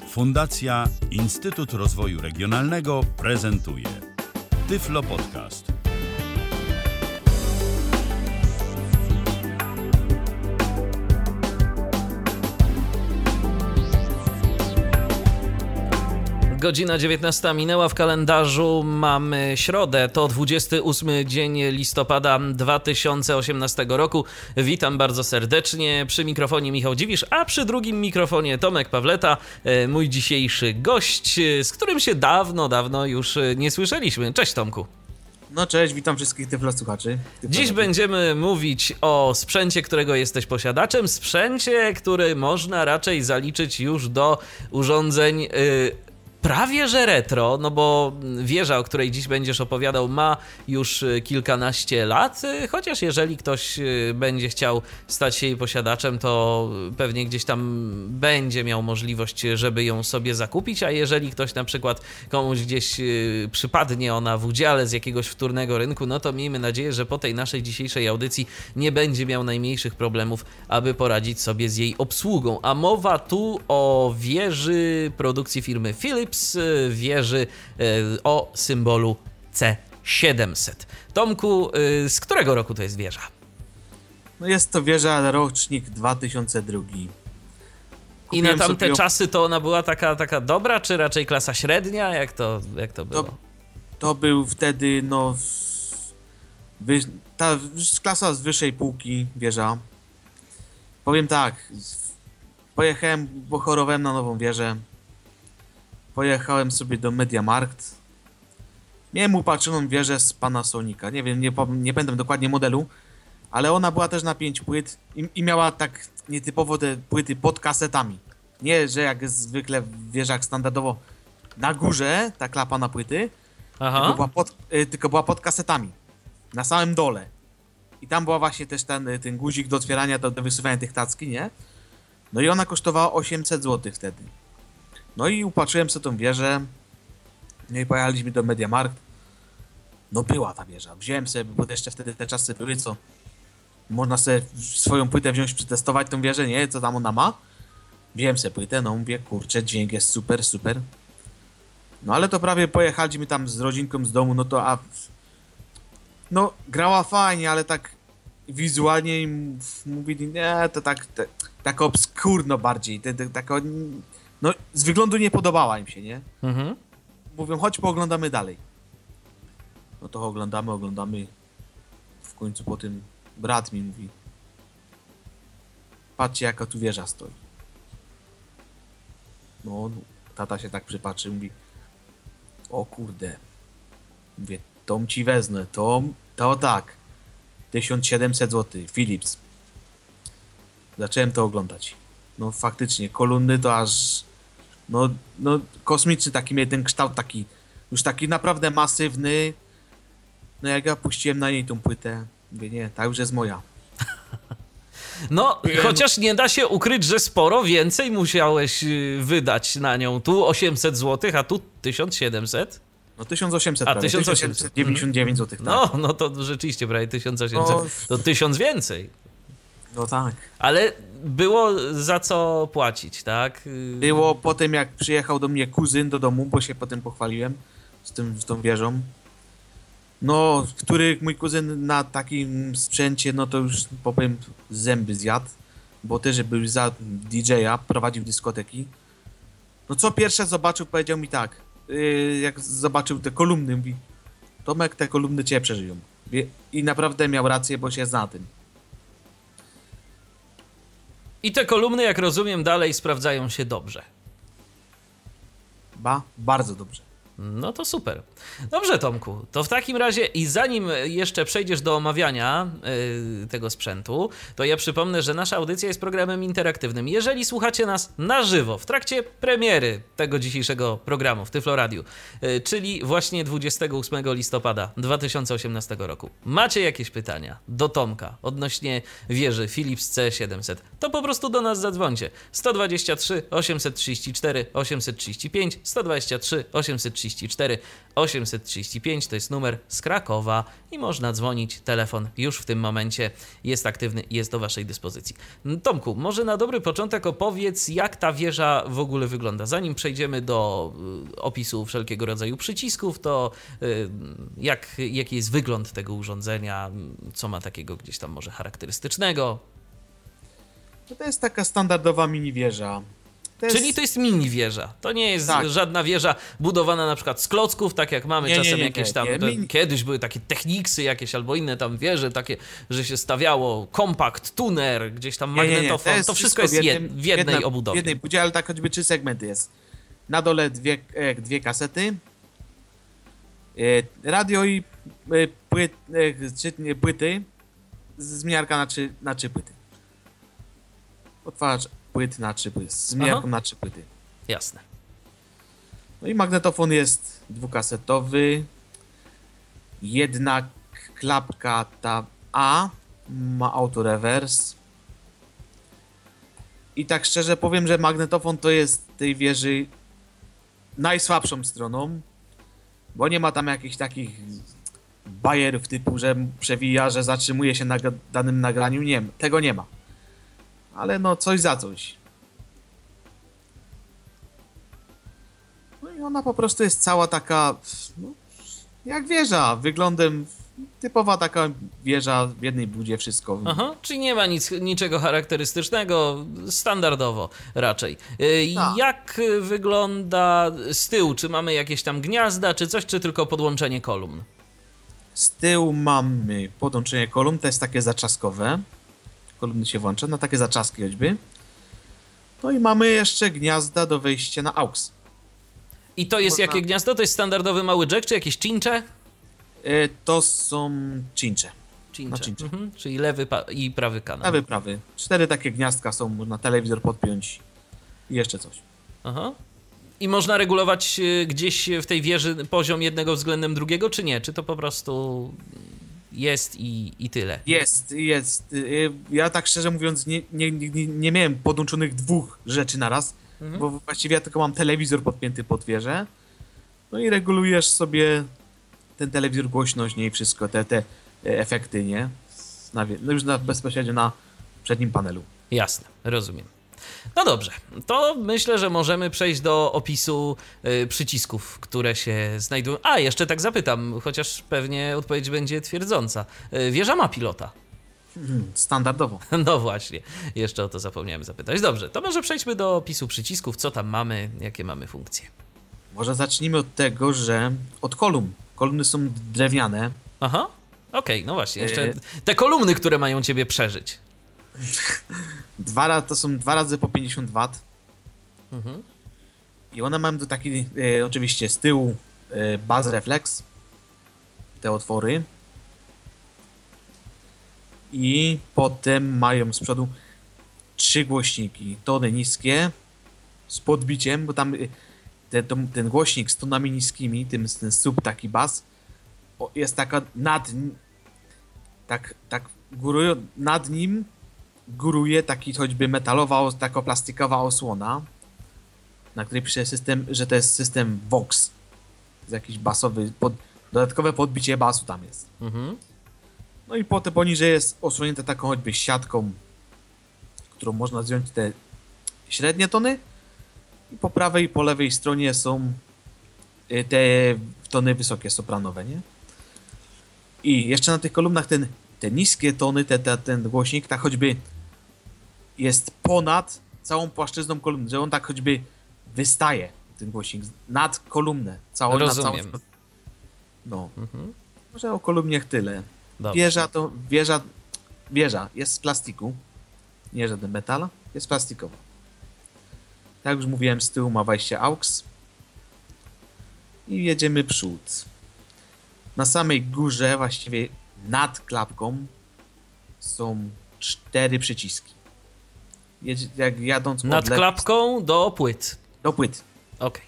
Fundacja Instytut Rozwoju Regionalnego prezentuje Tyflo Podcast. Godzina 19 minęła w kalendarzu, mamy środę, to 28 dzień listopada 2018 roku. Witam bardzo serdecznie, przy mikrofonie Michał Dziwisz, a przy drugim mikrofonie Tomek Pawleta, mój dzisiejszy gość, z którym się dawno już nie słyszeliśmy. Cześć Tomku. No cześć, witam wszystkich tyflosłuchaczy. Dziś będziemy mówić o sprzęcie, którego jesteś posiadaczem, sprzęcie, który można raczej zaliczyć już do urządzeń prawie że retro, no bo wieża, o której dziś będziesz opowiadał, ma już kilkanaście lat, chociaż jeżeli ktoś będzie chciał stać się jej posiadaczem, to pewnie gdzieś tam będzie miał możliwość, żeby ją sobie zakupić, a jeżeli ktoś na przykład komuś gdzieś przypadnie ona w udziale z jakiegoś wtórnego rynku, no to miejmy nadzieję, że po tej naszej dzisiejszej audycji nie będzie miał najmniejszych problemów, aby poradzić sobie z jej obsługą. A mowa tu o wieży produkcji firmy Philips, wieży o symbolu C700. Tomku, z którego roku to jest wieża? No jest to wieża rocznik 2002. I na tamte czasy to ona była taka dobra, czy raczej klasa średnia? Jak to było? To był wtedy, ta klasa z wyższej półki wieża. Powiem tak, pojechałem, bo chorowałem na nową wieżę. Pojechałem sobie do MediaMarkt. Miałem upatrzoną wieżę z Panasonica. Nie wiem, nie pamiętam dokładnie modelu, ale ona była też na 5 płyt i miała tak nietypowo te płyty pod kasetami. Nie, że jak zwykle w wieżach standardowo na górze ta klapa na płyty, tylko była pod kasetami. Na samym dole. I tam była właśnie też ten guzik do otwierania, do wysuwania tych tacki, nie? No i ona kosztowała 800 zł wtedy. No i upatrzyłem sobie tą wieżę. No i pojechaliśmy do MediaMarkt. No była ta wieża. Wziąłem sobie, bo jeszcze wtedy te czasy były, co można sobie swoją płytę wziąć, przetestować tą wieżę, nie? Co tam ona ma. Wziąłem sobie płytę, no mówię, kurczę, dźwięk jest super. No ale to prawie pojechaliśmy tam z rodzinką z domu, no grała fajnie, ale tak wizualnie mówili, nie, to tak obskurno bardziej, no z wyglądu nie podobała im się, nie? Mhm. Mówią, chodź pooglądamy dalej. No to oglądamy. W końcu po tym brat mi mówi, patrzcie jaka tu wieża stoi. No, tata się tak przypatrzy, mówi, o kurde. Mówię, to ci wezmę, to tak. 1700 zł, Philips. Zacząłem to oglądać. No faktycznie, kolumny to aż no kosmiczny taki miał ten kształt, już taki naprawdę masywny. No jak ja puściłem na niej tą płytę, mówię, nie, ta już jest moja. No, chociaż nie da się ukryć, że sporo więcej musiałeś wydać na nią. Tu 800 zł, a tu 1700. No 1800, a 1899 zł. Tak. No to rzeczywiście prawie 1800, to 1000 więcej. No tak. Ale było za co płacić, tak? Było po tym, jak przyjechał do mnie kuzyn do domu, bo się potem pochwaliłem z tą wieżą. No, który mój kuzyn na takim sprzęcie, no to już powiem zęby zjadł, bo też był za DJ-a, prowadził dyskoteki. No co pierwsze zobaczył, powiedział mi tak, jak zobaczył te kolumny, mówi, Tomek, te kolumny cię przeżyją. I naprawdę miał rację, bo się zna tym. I te kolumny, jak rozumiem, dalej sprawdzają się dobrze. Bardzo dobrze. No to super. Dobrze, Tomku, to w takim razie i zanim jeszcze przejdziesz do omawiania tego sprzętu, to ja przypomnę, że nasza audycja jest programem interaktywnym. Jeżeli słuchacie nas na żywo, w trakcie premiery tego dzisiejszego programu w Tyflo Radiu, czyli właśnie 28 listopada 2018 roku, macie jakieś pytania do Tomka odnośnie wieży Philips C700, to po prostu do nas zadzwońcie. 123 834 835, 123 834 834 835 to jest numer z Krakowa i można dzwonić. Telefon już w tym momencie jest aktywny i jest do waszej dyspozycji. Tomku, może na dobry początek opowiedz, jak ta wieża w ogóle wygląda. Zanim przejdziemy do opisu wszelkiego rodzaju przycisków, to jaki jest wygląd tego urządzenia, co ma takiego gdzieś tam może charakterystycznego? To jest taka standardowa mini wieża. Czyli to jest mini wieża. To nie jest Tak. żadna wieża budowana na przykład z klocków, tak jak mamy czasem jakieś tam. nie. Kiedyś były takie Technicsy jakieś albo inne tam wieże, takie, że się stawiało kompakt, tuner, gdzieś tam magnetofon. To wszystko jest w jednej obudowie. W jednej budzie, ale tak choćby 3 segmenty jest. Na dole dwie kasety, radio i płyty, zmieniarka na 3 płyty. Odtwarzacz płyt na 3 płyty, z zmieniarką na 3 płyty. Jasne. No i magnetofon jest dwukasetowy. Jedna klapka, ta A, ma autorewers. I tak szczerze powiem, że magnetofon to jest tej wieży najsłabszą stroną, bo nie ma tam jakichś takich bajerów typu, że przewija, że zatrzymuje się na danym nagraniu. Nie, tego nie ma. Ale no coś za coś. No i ona po prostu jest cała taka, no, jak wieża, wyglądem typowa taka wieża w jednej budzie, wszystko. Aha, czyli nie ma niczego charakterystycznego, standardowo raczej. Tak. Jak wygląda z tyłu? Czy mamy jakieś tam gniazda, czy coś, czy tylko podłączenie kolumn? Z tyłu mamy podłączenie kolumn, to jest takie zaczaskowe. Kolumny się włącza na takie zaczaski choćby. No i mamy jeszcze gniazda do wejścia na AUX. I to jest jakie gniazdo? To jest standardowy mały jack, czy jakieś cincze? To są cincze. Cincze. Na cincze. Czyli lewy i prawy kanał. Prawy. 4 takie gniazdka są, można telewizor podpiąć i jeszcze coś. Aha. I można regulować gdzieś w tej wieży poziom jednego względem drugiego, czy nie? Czy to po prostu jest i tyle? Jest. Ja tak szczerze mówiąc nie miałem podłączonych 2 rzeczy naraz, bo właściwie ja tylko mam telewizor podpięty pod wieżę. No i regulujesz sobie ten telewizor, głośność, nie, i wszystko, te efekty, nie? No już bezpośrednio na przednim panelu. Jasne, rozumiem. No dobrze, to myślę, że możemy przejść do opisu przycisków, które się znajdują. A, jeszcze tak zapytam, chociaż pewnie odpowiedź będzie twierdząca. Wieża ma pilota. Standardowo. No właśnie, jeszcze o to zapomniałem zapytać. Dobrze, to może przejdźmy do opisu przycisków, co tam mamy, jakie mamy funkcje. Może zacznijmy od tego, że od kolumn. Kolumny są drewniane. Aha, okej, no właśnie, jeszcze te kolumny, które mają ciebie przeżyć. To są 2 razy po 50 W. I one mają do taki, oczywiście z tyłu baz reflex, te otwory. I potem mają z przodu 3 głośniki, tony niskie z podbiciem, bo tam ten głośnik z tonami niskimi, ten sub taki bas, jest taka nad nim góruje taki choćby metalowa, taka plastikowa osłona, na której pisze system, że to jest system Vox. To jest jakiś basowy, dodatkowe podbicie basu tam jest. No i potem poniżej jest osłonięte taką choćby siatką, którą można zdjąć te średnie tony. I po prawej i po lewej stronie są te tony wysokie, sopranowe, nie? I jeszcze na tych kolumnach te niskie tony, ten głośnik, tak choćby jest ponad całą płaszczyzną kolumny, że on tak choćby wystaje, ten głośnik, nad kolumnę. Rozumiem. No. Może o kolumniach tyle. Dobrze. Wieża jest z plastiku, nie żaden metal, jest plastikowa. Tak jak już mówiłem, z tyłu ma wejście AUX i jedziemy przód. Na samej górze, właściwie nad klapką, są 4 przyciski. Jak jadąc nad klapką do płyt. Do płyt. Okej.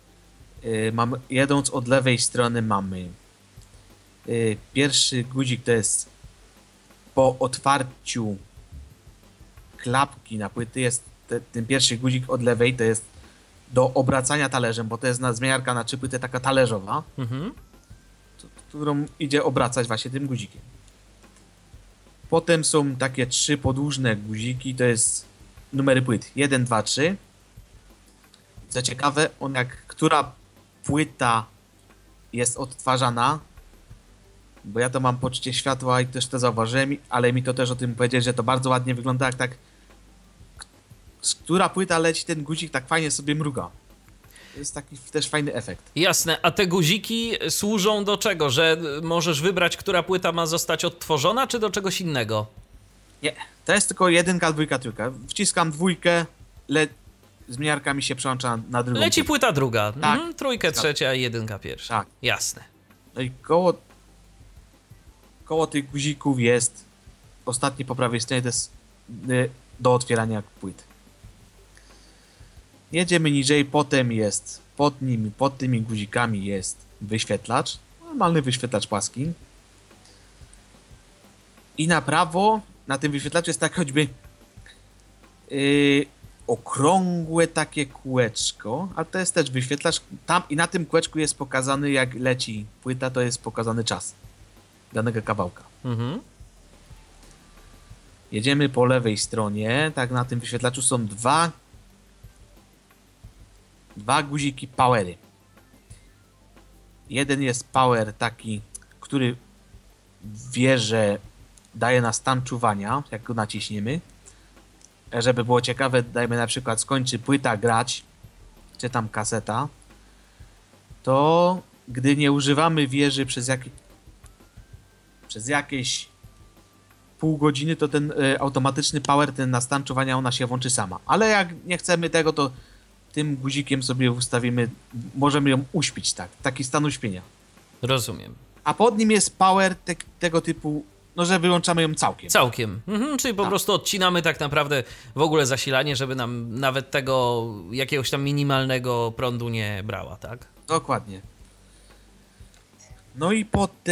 Jadąc od lewej strony mamy pierwszy guzik, to jest po otwarciu klapki na płyty, jest ten pierwszy guzik od lewej, to jest do obracania talerzem, bo to jest zmieniarka na 3 płyty taka talerzowa, którą idzie obracać właśnie tym guzikiem. Potem są takie 3 podłużne guziki, to jest numery płyt 1, 2, 3. Co ciekawe, która płyta jest odtwarzana, bo ja to mam poczucie światła i też to zauważyłem, ale mi to też o tym powiedzieć, że to bardzo ładnie wygląda, jak tak która płyta leci, ten guzik tak fajnie sobie mruga. To jest taki też fajny efekt. Jasne, a te guziki służą do czego? Że możesz wybrać, która płyta ma zostać odtworzona, czy do czegoś innego? Nie, to jest tylko 1, 2, 3. Wciskam 2, zmieniarka mi się przełącza na drugą. Leci płyta druga, Tak. 3 trzecia i 1 pierwsza. Tak. Jasne. No i koło tych guzików jest ostatni po prawej stronie, to jest do otwierania płyt. Jedziemy niżej, potem jest pod tymi guzikami jest wyświetlacz, normalny wyświetlacz płaski. I na prawo, na tym wyświetlaczu jest tak choćby okrągłe takie kółeczko, ale to jest też wyświetlacz. Tam i na tym kółeczku jest pokazany, jak leci płyta, to jest pokazany czas danego kawałka. Jedziemy po lewej stronie, tak na tym wyświetlaczu są dwa guziki powery. Jeden jest power taki, który wie, że daje na stan czuwania, jak go naciśniemy. Żeby było ciekawe, dajmy na przykład skończy płyta grać, czy tam kaseta, to gdy nie używamy wieży przez jakieś pół godziny, to ten automatyczny power, ten na stan czuwania, ona się włączy sama. Ale jak nie chcemy tego, to tym guzikiem sobie ustawimy, możemy ją uśpić, taki stan uśpienia. Rozumiem. A pod nim jest power tego typu, no że wyłączamy ją całkiem. Całkiem. Czyli po prostu odcinamy tak naprawdę w ogóle zasilanie, żeby nam nawet tego jakiegoś tam minimalnego prądu nie brała, tak? Dokładnie. No i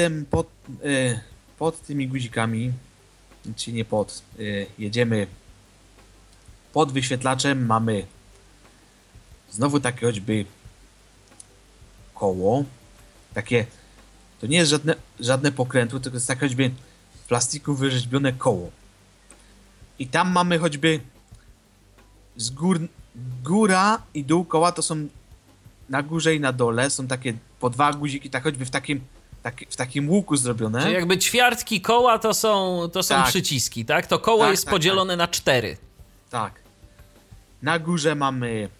pod tymi guzikami, czy nie jedziemy pod wyświetlaczem, mamy znowu takie choćby koło, takie, to nie jest żadne pokrętło, tylko jest takie choćby w plastiku wyrzeźbione koło. I tam mamy choćby góra i dół koła, to są na górze i na dole, są takie po 2 guziki, tak choćby w takim łuku zrobione. Czyli jakby ćwiartki koła to są Tak. przyciski, tak? To koło Tak, jest tak, podzielone na 4. Tak. Na górze mamy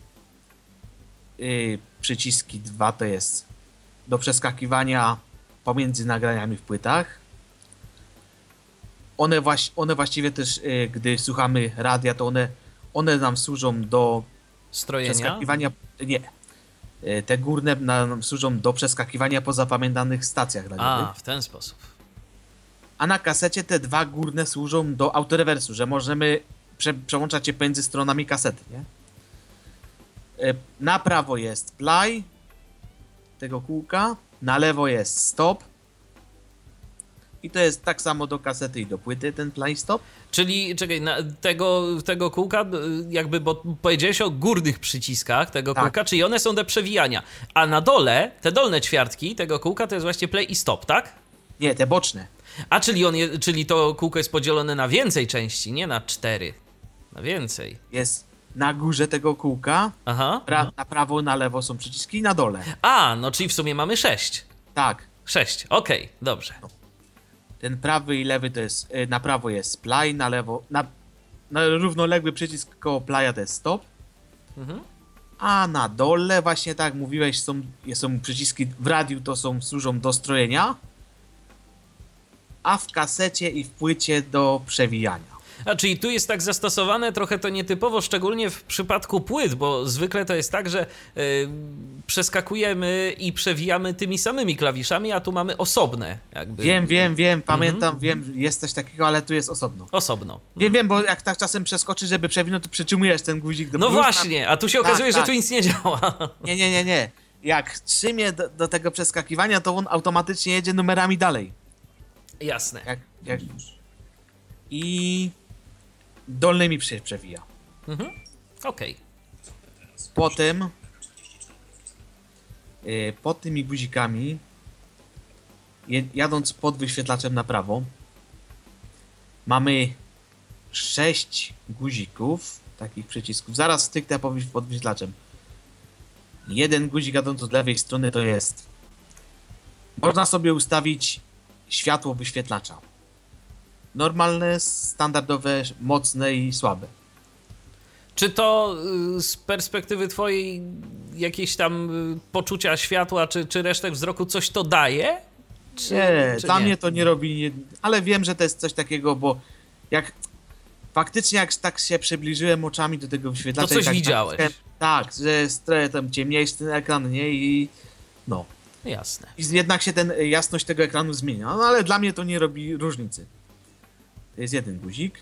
przyciski 2, to jest do przeskakiwania pomiędzy nagraniami w płytach. One właściwie też, gdy słuchamy radia, to one nam służą do Strojenia? przeskakiwania. Nie. Te górne nam służą do przeskakiwania po zapamiętanych stacjach radiowych. A, w ten sposób. A na kasecie te 2 górne służą do autorewersu, że możemy przełączać się pomiędzy stronami kasety, nie? Na prawo jest play tego kółka, na lewo jest stop. I to jest tak samo do kasety i do płyty, ten play stop. Czyli, czekaj, tego kółka, jakby, bo powiedziałeś o górnych przyciskach tego Tak. kółka, czyli one są do przewijania. A na dole, te dolne ćwiartki tego kółka to jest właśnie play i stop, tak? Nie, te boczne. A, czyli to kółko jest podzielone na więcej części, nie na 4. Na więcej. Jest na górze tego kółka, Aha. na prawo, na lewo są przyciski i na dole. A, no czyli w sumie mamy 6. Tak. 6, okej, dobrze. Ten prawy i lewy to jest, na prawo jest play, na lewo, na równoległy przycisk koło playa to jest stop. A na dole właśnie tak jak mówiłeś, są przyciski w radiu, to służą do strojenia, a w kasecie i w płycie do przewijania. A czyli tu jest tak zastosowane trochę to nietypowo, szczególnie w przypadku płyt, bo zwykle to jest tak, że przeskakujemy i przewijamy tymi samymi klawiszami, a tu mamy osobne jakby. Wiem, pamiętam, wiem, jest coś takiego, ale tu jest osobno. Osobno. Wiem, bo jak tak czasem przeskoczysz, żeby przewinąć, to przytrzymujesz ten guzik do No plus, właśnie, a tu się okazuje, tak. że tu nic nie działa. Nie. Jak trzymie do tego przeskakiwania, to on automatycznie jedzie numerami dalej. Jasne. I dolnymi przewija. Okej. Potem pod tymi guzikami, jadąc pod wyświetlaczem na prawo, mamy 6 guzików, takich przycisków. Zaraz styknę pod wyświetlaczem. Jeden guzik jadąc od lewej strony to jest... Można sobie ustawić światło wyświetlacza. Normalne, standardowe, mocne i słabe. Czy to z perspektywy twojej jakiejś tam poczucia światła, czy resztek wzroku coś to daje? Nie, czy dla nie? mnie to nie robi, ale wiem, że to jest coś takiego, bo faktycznie jak tak się przybliżyłem oczami do tego wyświetlacza... To coś i tak widziałeś. Tak, że jest trochę tam ciemniejszy ten ekran, nie? I no. Jasne. I jednak się jasność tego ekranu zmienia, no ale dla mnie to nie robi różnicy. To jest jeden guzik.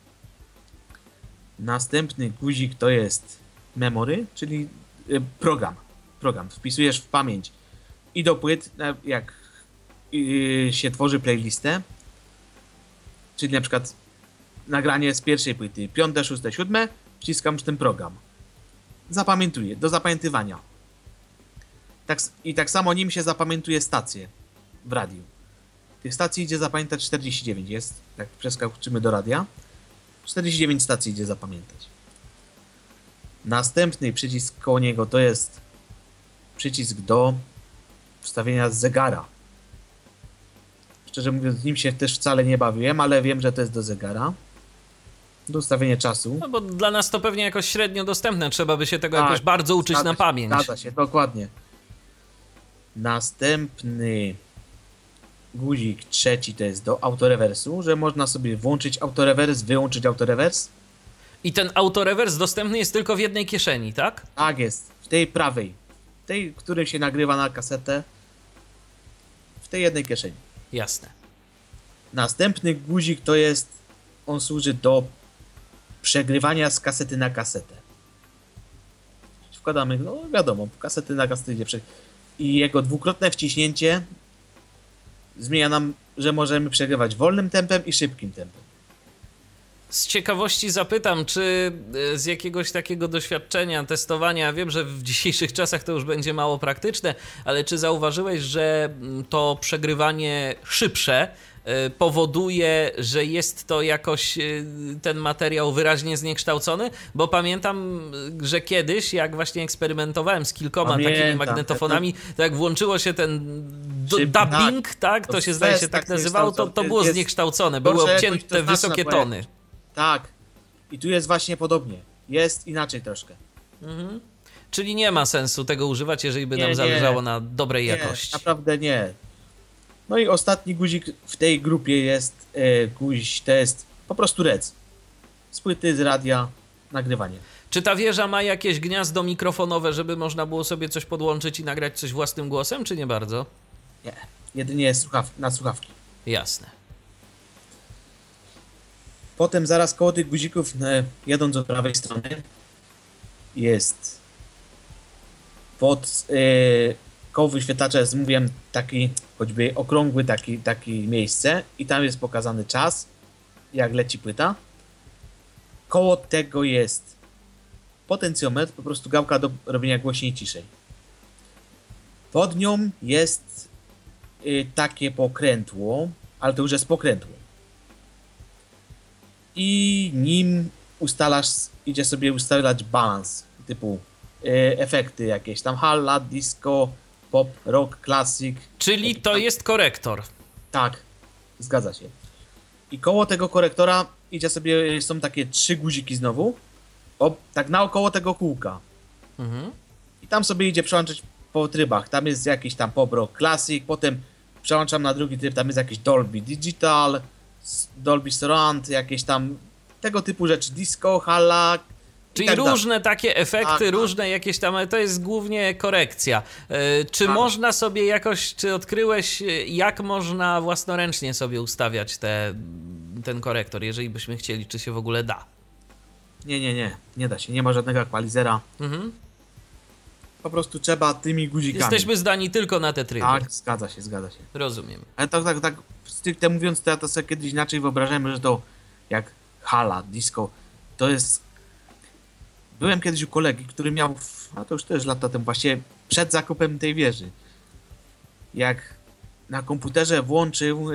Następny guzik to jest memory, czyli program. Wpisujesz w pamięć i do płyt, jak się tworzy playlistę, czyli na przykład nagranie z pierwszej płyty, 5., 6., 7, wciskam w ten program. Zapamiętuję, do zapamiętywania. I tak samo nim się zapamiętuje stacje w radiu. Tych stacji idzie zapamiętać 49 jest, jak przeskoczymy do radia. 49 stacji idzie zapamiętać. Następny przycisk koło niego to jest przycisk do wstawienia zegara. Szczerze mówiąc, z nim się też wcale nie bawiłem, ale wiem, że to jest do zegara. Do ustawienia czasu. No bo dla nas to pewnie jakoś średnio dostępne. Trzeba by się tego Tak, jakoś bardzo uczyć na pamięć. Zgadza się, dokładnie. Następny guzik trzeci to jest do autorewersu, że można sobie włączyć autorewers, wyłączyć autorewers. I ten autorewers dostępny jest tylko w jednej kieszeni, tak? Tak jest, w tej prawej. W tej, której się nagrywa na kasetę. W tej jednej kieszeni. Jasne. Następny guzik to jest, on służy do przegrywania z kasety na kasetę. Wkładamy, no wiadomo, kasety na kasetę idzie i jego dwukrotne wciśnięcie zmienia nam, że możemy przegrywać wolnym tempem i szybkim tempem. Z ciekawości zapytam, czy z jakiegoś takiego doświadczenia, testowania, wiem, że w dzisiejszych czasach to już będzie mało praktyczne, ale czy zauważyłeś, że to przegrywanie szybsze powoduje, że jest to jakoś ten materiał wyraźnie zniekształcony? Bo pamiętam, że kiedyś, jak właśnie eksperymentowałem z kilkoma takimi magnetofonami, to jak włączyło się ten dubbing, tak? To się zdaje się tak nazywało, to było zniekształcone, były obcięte wysokie tony. Tak. I tu jest właśnie podobnie. Jest inaczej troszkę. Mhm. Czyli nie ma sensu tego używać, jeżeli by nam zależało na dobrej jakości. Naprawdę nie. No i ostatni guzik w tej grupie jest to jest po prostu rec. Z płyty, z radia, nagrywanie. Czy ta wieża ma jakieś gniazdo mikrofonowe, żeby można było sobie coś podłączyć i nagrać coś własnym głosem, czy nie bardzo? Nie. Jedynie na słuchawki. Jasne. Potem zaraz koło tych guzików, jadąc od prawej strony, jest pod koło wyświetlacza jest, mówiłem, taki choćby okrągły taki miejsce i tam jest pokazany czas, jak leci płyta. Koło tego jest potencjometr, po prostu gałka do robienia głośniej i ciszej. Pod nią jest takie pokrętło, ale to już jest pokrętło. I nim idzie sobie ustalać balans, typu efekty jakieś, tam halla, disco, pop, rock, classic. Czyli to jest korektor. Tak, zgadza się. I koło tego korektora idzie sobie, są takie 3 guziki znowu, tak naokoło tego kółka. Mhm. I tam sobie idzie przełączać po trybach. Tam jest jakiś tam pop, rock, classic, potem przełączam na drugi tryb, tam jest jakiś Dolby Digital, Dolby Surround, jakieś tam tego typu rzeczy, disco, halla. Czyli tak różne takie efekty, tak. różne jakieś tam, ale to jest głównie korekcja. Czy można sobie jakoś, czy odkryłeś, jak można własnoręcznie sobie ustawiać ten korektor, jeżeli byśmy chcieli, czy się w ogóle da? Nie da się, nie ma żadnego equalizera. Mhm. Po prostu trzeba tymi guzikami. Jesteśmy zdani tylko na te tryby. Tak, zgadza się. Rozumiem. Ale tak stricte mówiąc, to ja to sobie kiedyś inaczej wyobrażałem, że to jak hala, disco, to jest... byłem kiedyś u kolegi, który miał, a to już też lata temu, właśnie przed zakupem tej wieży. Jak na komputerze włączył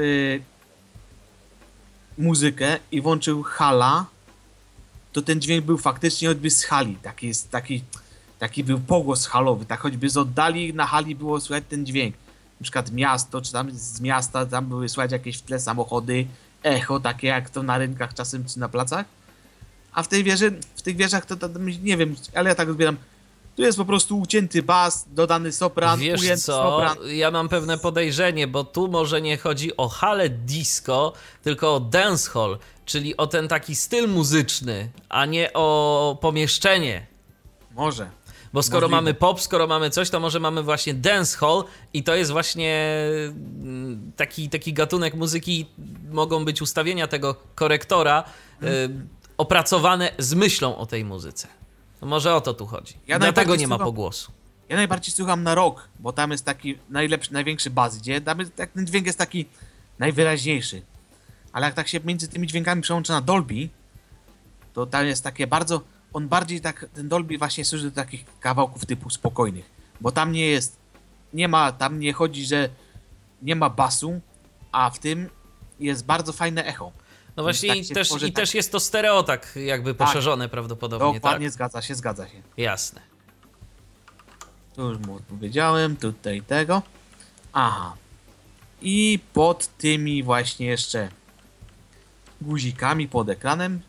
muzykę i włączył hala, to ten dźwięk był faktycznie choćby z hali. Taki był pogłos halowy, tak choćby z oddali na hali było słychać ten dźwięk. Na przykład miasto, czy tam z miasta, tam były słychać jakieś w tle samochody, echo, takie jak to na rynkach czasem, czy na placach. A w tych wieżach to nie wiem, ale ja tak odbieram. Tu jest po prostu ucięty bas, dodany sopran, Wiesz ujęty co, sopran. ja mam pewne podejrzenie, bo tu może nie chodzi o halę disco, tylko o dancehall, czyli o ten taki styl muzyczny, a nie o pomieszczenie. Może. Bo skoro Możliwe. mamy pop, skoro mamy coś, to może mamy właśnie dancehall i to jest właśnie taki gatunek muzyki, mogą być ustawienia tego korektora opracowane z myślą o tej muzyce. No może o to tu chodzi. Ja Dlatego najbardziej nie ma słucham- pogłosu. Ja najbardziej słucham na rock, bo tam jest taki największy bas, gdzie ten dźwięk jest taki najwyraźniejszy. Ale jak tak się między tymi dźwiękami przełącza na Dolby, to tam jest takie bardzo, on bardziej tak, ten Dolby właśnie służy do takich kawałków typu spokojnych, bo tam tam nie chodzi, że nie ma basu, a w tym jest bardzo fajne echo. No Więc właśnie tak i się też, tworzy i tak- też jest to stereo tak jakby poszerzone prawdopodobnie, Dokładnie, tak? zgadza się. Jasne. Tu już mu odpowiedziałem, tutaj tego. Aha. I pod tymi właśnie jeszcze guzikami pod ekranem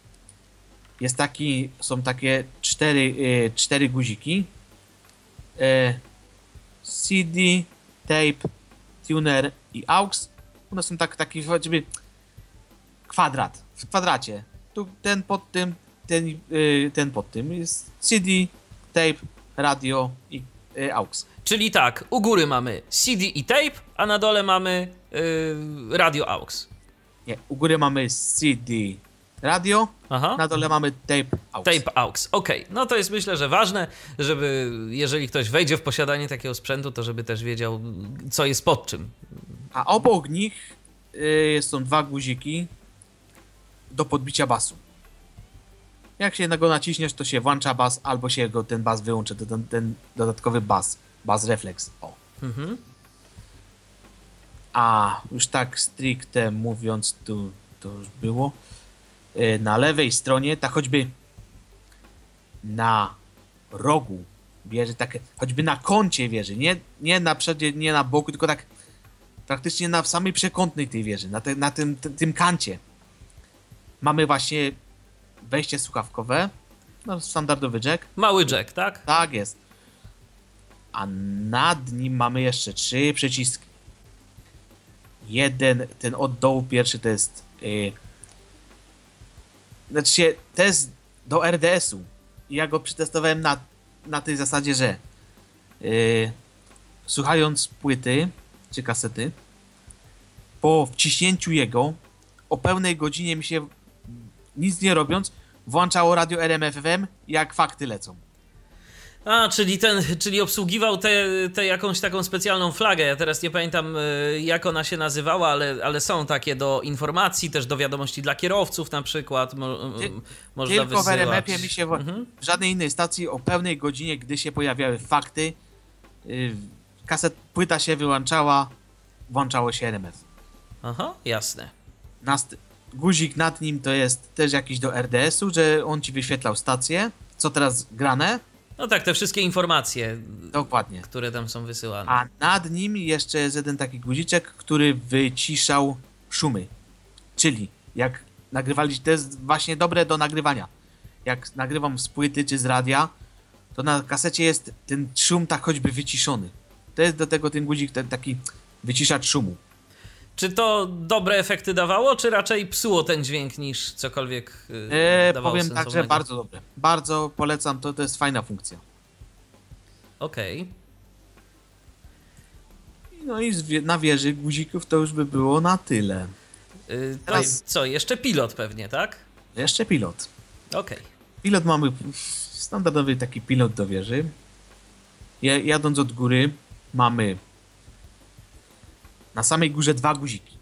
są takie cztery guziki. CD, tape, tuner i aux. One są taki choćby kwadrat. W kwadracie. Tu ten pod tym jest CD, tape, radio i aux. Czyli tak, u góry mamy CD i tape, a na dole mamy radio aux. Nie, u góry mamy CD, radio, Aha. na dole mamy tape, aux. Tape aux. Okej, no to jest myślę, że ważne, żeby jeżeli ktoś wejdzie w posiadanie takiego sprzętu, to żeby też wiedział, co jest pod czym. A obok nich są dwa guziki do podbicia basu. Jak się go naciśniesz, to się włącza bas, albo się ten bas wyłączy, ten dodatkowy bas reflex. O. Mhm. A już tak stricte mówiąc, tu to już było. Na lewej stronie, tak choćby na rogu wieży, tak choćby na kącie wieży, nie na przodzie, nie na boku, tylko tak praktycznie w samej przekątnej tej wieży, na tym kancie. Mamy właśnie wejście słuchawkowe, no standardowy jack. Mały jack, tak? Tak jest. A nad nim mamy jeszcze 3 przyciski. Ten od dołu pierwszy to jest to jest do RDS-u. I ja go przetestowałem na tej zasadzie, że słuchając płyty czy kasety, po wciśnięciu jego o pełnej godzinie mi się, nic nie robiąc, włączało radio RMF FM, jak fakty lecą. A, czyli obsługiwał tę jakąś taką specjalną flagę. Ja teraz nie pamiętam, jak ona się nazywała, ale są takie do informacji, też do wiadomości dla kierowców na przykład. Można Tylko w wysyłać. RMF-ie mi się w żadnej innej stacji o pełnej godzinie, gdy się pojawiały fakty, płyta się wyłączała, włączało się RMF. Aha, jasne. Guzik nad nim to jest też jakiś do RDS-u, że on ci wyświetlał stację, co teraz grane. No tak, te wszystkie informacje, Dokładnie. które tam są wysyłane. A nad nim jeszcze jest jeden taki guziczek, który wyciszał szumy. Czyli jak nagrywali, to jest właśnie dobre do nagrywania. Jak nagrywam z płyty czy z radia, to na kasecie jest ten szum tak choćby wyciszony. To jest do tego ten guzik, ten taki wyciszacz szumu. Czy to dobre efekty dawało, czy raczej psuło ten dźwięk niż cokolwiek dawało Powiem sensownego? tak, że bardzo dobre. Bardzo polecam, to jest fajna funkcja. Okej. No i na wieży guzików to już by było na tyle. Teraz- Co, jeszcze pilot pewnie, tak? Jeszcze pilot. Okej. Pilot mamy standardowy taki pilot do wieży. Jadąc od góry mamy na samej górze 2 guziki.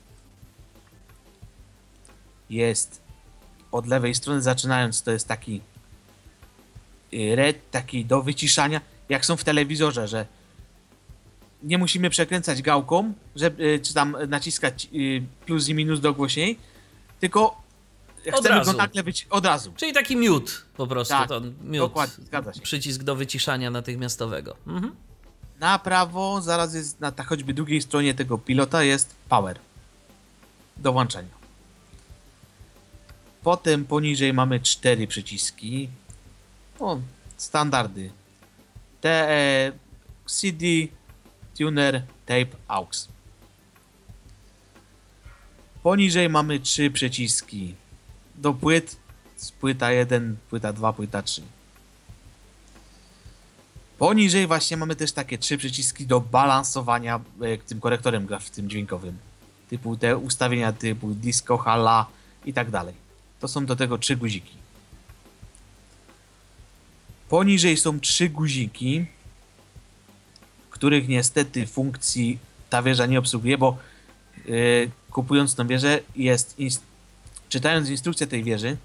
Jest od lewej strony zaczynając, to jest taki taki do wyciszania, jak są w telewizorze, że nie musimy przekręcać gałką, czy tam naciskać plus i minus dogłośniej, tylko chcemy razu. go nagle od razu. Czyli taki mute po prostu, Tak, to mute, dokładnie, zgadza się. przycisk do wyciszania natychmiastowego. Mhm. Na prawo, zaraz jest na choćby drugiej stronie tego pilota jest power do włączania. Potem poniżej mamy 4 przyciski. O, standardy. CD, tuner, tape, aux. Poniżej mamy 3 przyciski do płyt. Płyta 1, płyta 2, płyta 3. Poniżej właśnie mamy też takie 3 przyciski do balansowania tym korektorem tym dźwiękowym. Typu te ustawienia typu disco, hala i tak dalej. To są do tego 3 guziki. Poniżej są 3 guziki, których niestety funkcji ta wieża nie obsługuje, bo kupując tą wieżę czytając instrukcję tej wieży,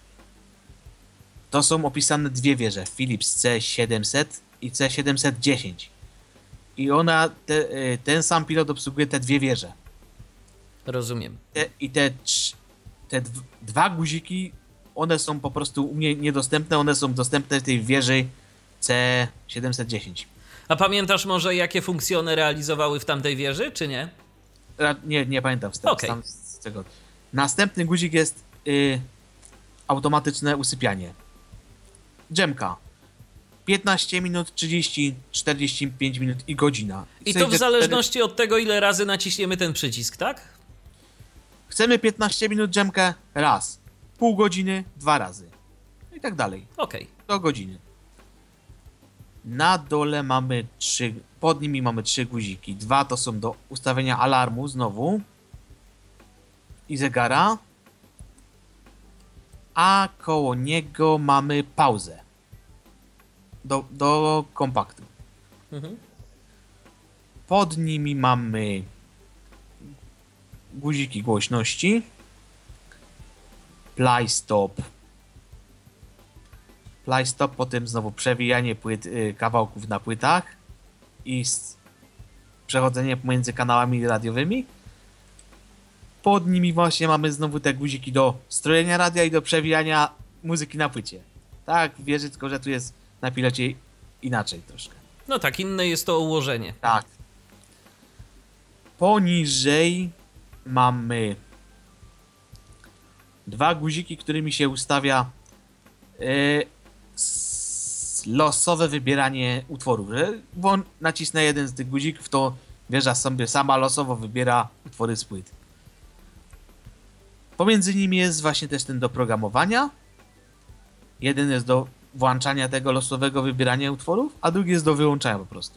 to są opisane 2 wieże, Philips C700 i C710. I ten sam pilot obsługuje te 2 wieże. Rozumiem. Te 2 guziki, one są po prostu u mnie niedostępne, one są dostępne w tej wieży C710. A pamiętasz może, jakie funkcje one realizowały w tamtej wieży, czy nie? Nie pamiętam Okej. z tego. Następny guzik jest automatyczne usypianie. Dżemka. 15 minut, 30, 45 minut i godzina. I to w zależności od tego, ile razy naciśniemy ten przycisk, tak? Chcemy 15 minut dżemkę raz. Pół godziny 2 razy. I tak dalej. Okej. Do godziny. Na dole mamy 3, pod nimi mamy 3 guziki. 2 to są do ustawienia alarmu znowu i zegara, a koło niego mamy pauzę do kompaktu. Mhm. Pod nimi mamy guziki głośności, play stop, potem znowu przewijanie kawałków na płytach i przechodzenie pomiędzy kanałami radiowymi. Pod nimi właśnie mamy znowu te guziki do strojenia radia i do przewijania muzyki na płycie. Tak, wierzę, tylko że tu jest na pilocie inaczej troszkę. No tak, inne jest to ułożenie. Tak. Poniżej mamy 2 guziki, którymi się ustawia losowe wybieranie utworów. Bo nacisnę jeden z tych guzików, to wieża sobie sama losowo wybiera utwory z płyt. Pomiędzy nimi jest właśnie też ten do programowania. Jeden jest do włączania tego losowego wybierania utworów, a drugi jest do wyłączania po prostu.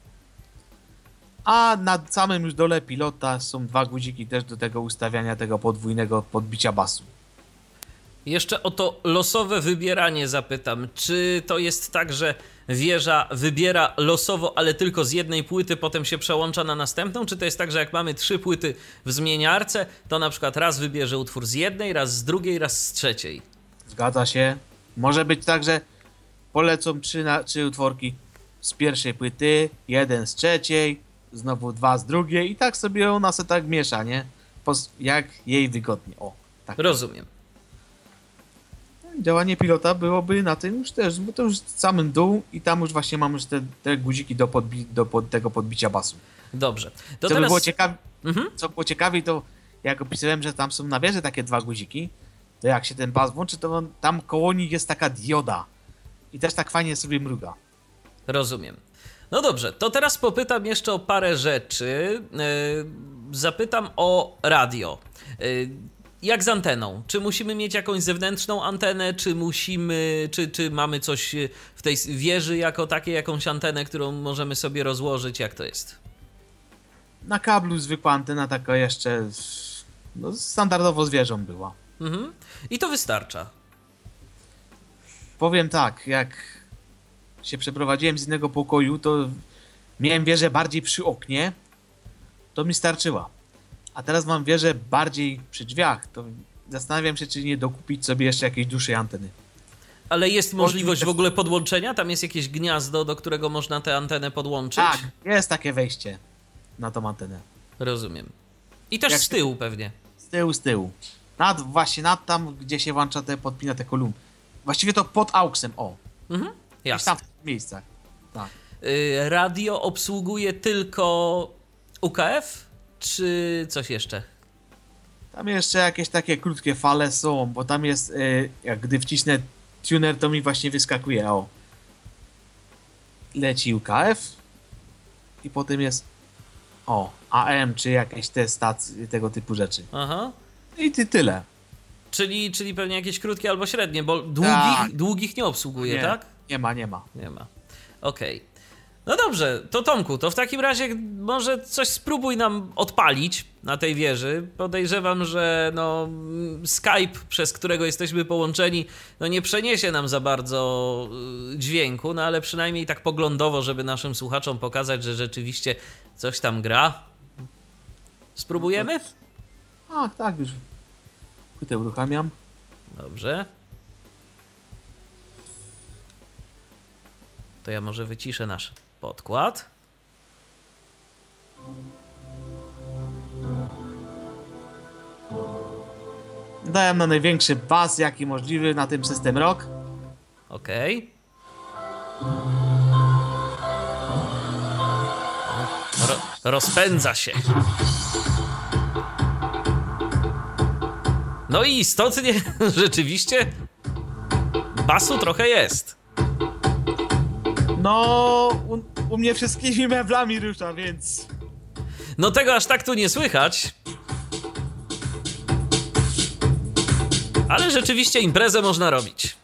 A na samym już dole pilota są 2 guziki też do tego ustawiania tego podwójnego podbicia basu. Jeszcze o to losowe wybieranie zapytam. Czy to jest tak, że wieża wybiera losowo, ale tylko z jednej płyty, potem się przełącza na następną? Czy to jest tak, że jak mamy 3 płyty w zmieniarce, to na przykład raz wybierze utwór z jednej, raz z drugiej, raz z trzeciej? Zgadza się. Może być tak, że polecą 3 utworki z pierwszej płyty, 1 z trzeciej, znowu 2 z drugiej i tak sobie ona se tak miesza, nie? Jak jej wygodnie. O, tak. Rozumiem. Działanie pilota byłoby na tym już też, bo to już samym dół i tam już właśnie mamy już te guziki do tego podbicia basu. Dobrze. To teraz... by było ciekawe, Mhm. co było ciekawiej, to jak opisałem, że tam są na wieży takie 2 guziki, to jak się ten bas włączy, to tam koło nich jest taka dioda i też tak fajnie sobie mruga. Rozumiem. No dobrze, to teraz popytam jeszcze o parę rzeczy. Zapytam o radio. Jak z anteną? Czy musimy mieć jakąś zewnętrzną antenę, czy mamy coś w tej wieży jako takiej, jakąś antenę, którą możemy sobie rozłożyć? Jak to jest? Na kablu zwykła antena taka jeszcze standardowo z wieżą była. Mhm. I to wystarcza. Powiem tak, jak się przeprowadziłem z innego pokoju, to miałem wieżę bardziej przy oknie, to mi starczyła. A teraz mam wieżę bardziej przy drzwiach, to zastanawiam się, czy nie dokupić sobie jeszcze jakiejś dłuższej anteny. Ale jest możliwość w ogóle podłączenia? Tam jest jakieś gniazdo, do którego można tę antenę podłączyć? Tak, jest takie wejście na tą antenę. Rozumiem. I też Jak z tyłu pewnie. Z tyłu. Właśnie nad tam, gdzie się włącza podpina te kolumny. Właściwie to pod AUX-em, Mhm, Gdzieś jasne. tam w tych miejscach. Tak. Radio obsługuje tylko UKF, czy coś jeszcze? Tam jeszcze jakieś takie krótkie fale są, bo tam jest, jak gdy wcisnę tuner, to mi właśnie wyskakuje, leci UKF i potem jest, AM, czy jakieś te stacje, tego typu rzeczy. Aha. I tyle. Czyli pewnie jakieś krótkie albo średnie, bo Tak. długich nie obsługuje, Nie, tak? nie ma. Nie ma. Okej. No dobrze, to Tomku, to w takim razie może coś spróbuj nam odpalić na tej wieży. Podejrzewam, że Skype, przez którego jesteśmy połączeni, nie przeniesie nam za bardzo dźwięku, ale przynajmniej tak poglądowo, żeby naszym słuchaczom pokazać, że rzeczywiście coś tam gra. Spróbujemy? Tak, już płytę uruchamiam. Dobrze. To ja może wyciszę nasz podkład. Dałem na największy bas, jaki możliwy na tym System Rock. Okej. Rozpędza się. No i istotnie, rzeczywiście, basu trochę jest. U mnie wszystkimi meblami rusza, więc... No tego aż tak tu nie słychać. Ale rzeczywiście imprezę można robić.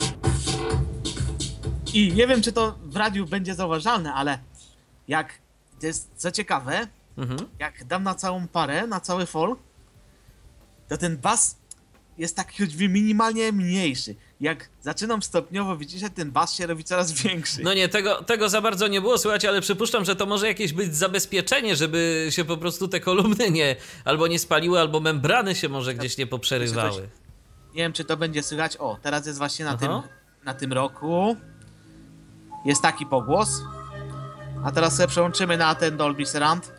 I nie wiem, czy to w radiu będzie zauważalne, ale to jest co ciekawe, jak dam na całą parę, na cały fol, to ten bas jest taki choćby minimalnie mniejszy. Jak zaczynam stopniowo wyciszać, ten bas się robi coraz większy. No nie, tego za bardzo nie było słychać, ale przypuszczam, że to może jakieś być zabezpieczenie, żeby się po prostu te kolumny albo nie spaliły, albo membrany się może gdzieś nie poprzerywały. Nie wiem, czy to będzie słychać. Teraz jest właśnie na tym roku. Jest taki pogłos. A teraz sobie przełączymy na ten Dolby Surround.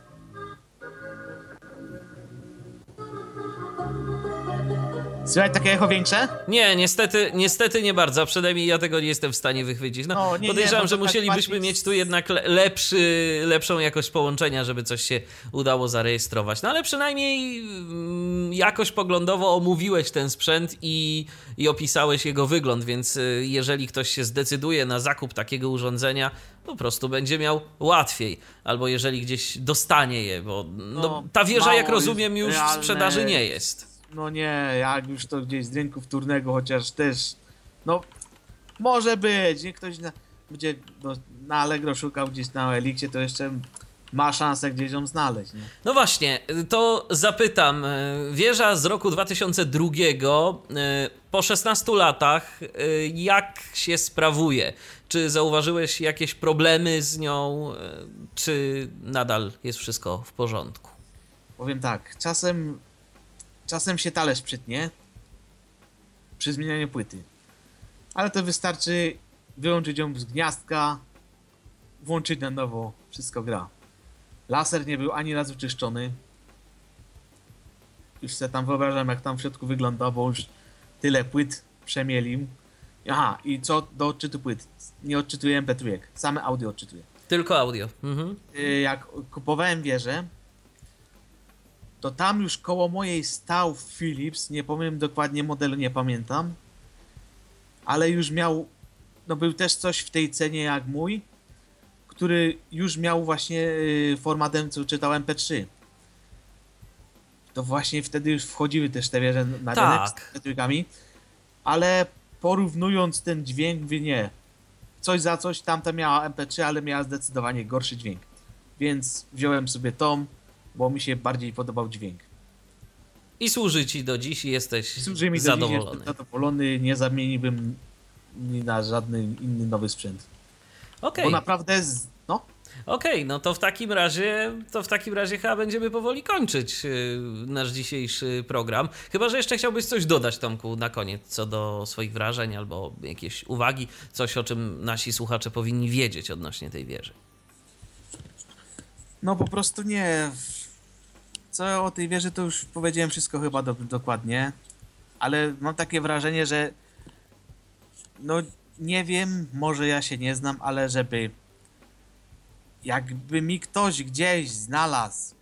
Słychać takie echo większe? Nie, niestety nie bardzo, a przynajmniej ja tego nie jestem w stanie wychwycić. Podejrzewam, że musielibyśmy mieć tu jednak lepszą jakość połączenia, żeby coś się udało zarejestrować. No ale przynajmniej jakoś poglądowo omówiłeś ten sprzęt i opisałeś jego wygląd, więc jeżeli ktoś się zdecyduje na zakup takiego urządzenia, po prostu będzie miał łatwiej. Albo jeżeli gdzieś dostanie je, bo ta wieża, jak rozumiem, już w sprzedaży nie jest. No nie, jak już to gdzieś z rynku wtórnego, chociaż też, może być, nie ktoś będzie na Allegro szukał gdzieś na Elixie, to jeszcze ma szansę gdzieś ją znaleźć, nie? No właśnie, to zapytam, wieża z roku 2002, po 16 latach, jak się sprawuje? Czy zauważyłeś jakieś problemy z nią, czy nadal jest wszystko w porządku? Powiem tak, czasem się talerz przytnie przy zmienianiu płyty. Ale to wystarczy wyłączyć ją z gniazdka, włączyć na nowo, wszystko gra. Laser nie był ani razu czyszczony. Już sobie tam wyobrażam, jak tam w środku wygląda, bo już tyle płyt przemielił. Aha, i co do odczytu płyt? Nie odczytuję MP3, same audio odczytuję. Tylko audio. Jak kupowałem wieżę, to tam już koło mojej stał Philips, nie powiem dokładnie modelu, nie pamiętam, ale już miał, był też coś w tej cenie jak mój, który już miał właśnie formatem, co czytał MP3. To właśnie wtedy już wchodziły też te wieże na rynek z MP3, ale porównując ten dźwięk, mówię nie, coś za coś, tamta miała MP3, ale miała zdecydowanie gorszy dźwięk, więc wziąłem sobie tą, bo mi się bardziej podobał dźwięk. I służy ci do dziś i jesteś zadowolony. Jestem zadowolony, nie zamieniłbym ni na żadny inny nowy sprzęt. Okej. Bo naprawdę, Okej, no to w takim razie chyba będziemy powoli kończyć nasz dzisiejszy program. Chyba że jeszcze chciałbyś coś dodać, Tomku, na koniec, co do swoich wrażeń albo jakieś uwagi, coś o czym nasi słuchacze powinni wiedzieć odnośnie tej wieży. No po prostu nie. Co o tej wieży to już powiedziałem wszystko chyba dokładnie, ale mam takie wrażenie, że no nie wiem, może ja się nie znam, ale jakby mi ktoś gdzieś znalazł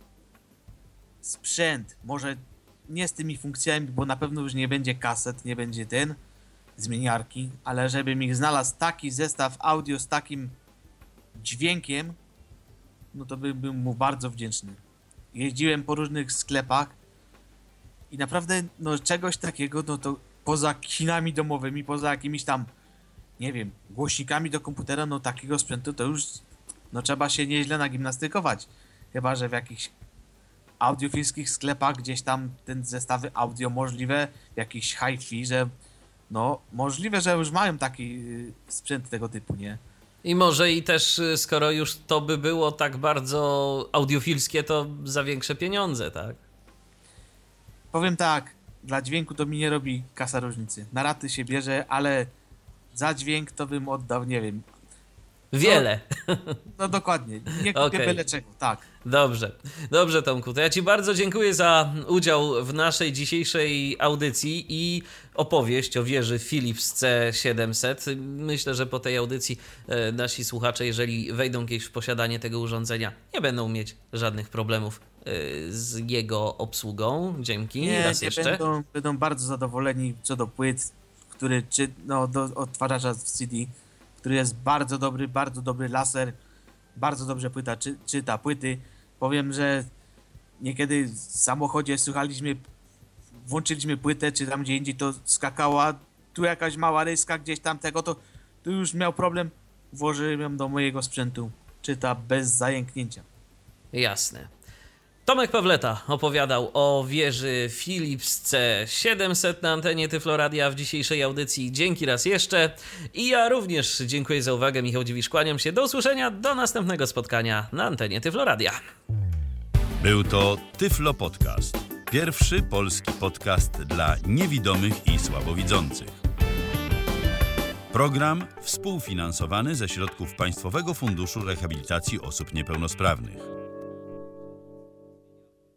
sprzęt, może nie z tymi funkcjami, bo na pewno już nie będzie kaset, nie będzie zmieniarki, ale żeby mi znalazł taki zestaw audio z takim dźwiękiem, no to byłbym mu bardzo wdzięczny. Jeździłem po różnych sklepach i naprawdę no czegoś takiego, no to poza kinami domowymi, poza jakimiś tam, nie wiem, głośnikami do komputera, no takiego sprzętu to już no trzeba się nieźle nagimnastykować. Chyba że w jakichś audiofilskich sklepach gdzieś tam ten zestawy audio możliwe, jakiś hi-fi, że no możliwe, że już mają taki sprzęt tego typu, nie? I może i też, skoro już to by było tak bardzo audiofilskie, to za większe pieniądze, tak? Powiem tak, dla dźwięku to mi nie robi kasa różnicy. Na raty się bierze, ale za dźwięk to bym oddał, nie wiem. Wiele. No dokładnie, nie kupię byle czego, tak. Dobrze Tomku, to ja Ci bardzo dziękuję za udział w naszej dzisiejszej audycji i opowieść o wieży Philips C700. Myślę, że po tej audycji nasi słuchacze, jeżeli wejdą kiedyś w posiadanie tego urządzenia, nie będą mieć żadnych problemów z jego obsługą. Dzięki raz jeszcze. Będą bardzo zadowoleni co do płyt, do odtwarzacza w CD, który jest bardzo dobry laser, bardzo dobrze czyta płyty. Powiem, że niekiedy w samochodzie włączyliśmy płytę, czy tam gdzie indziej to skakała, tu jakaś mała ryska gdzieś tam tego, to tu już miał problem, włożyłem ją do mojego sprzętu, czyta bez zajęknięcia. Jasne. Tomek Pawleta opowiadał o wieży Philips C700 na antenie Tyfloradia w dzisiejszej audycji. Dzięki raz jeszcze. I ja również dziękuję za uwagę. Michał Dziwisz, kłaniam się. Do usłyszenia, do następnego spotkania na antenie Tyfloradia. Był to Tyflo Podcast. Pierwszy polski podcast dla niewidomych i słabowidzących. Program współfinansowany ze środków Państwowego Funduszu Rehabilitacji Osób Niepełnosprawnych.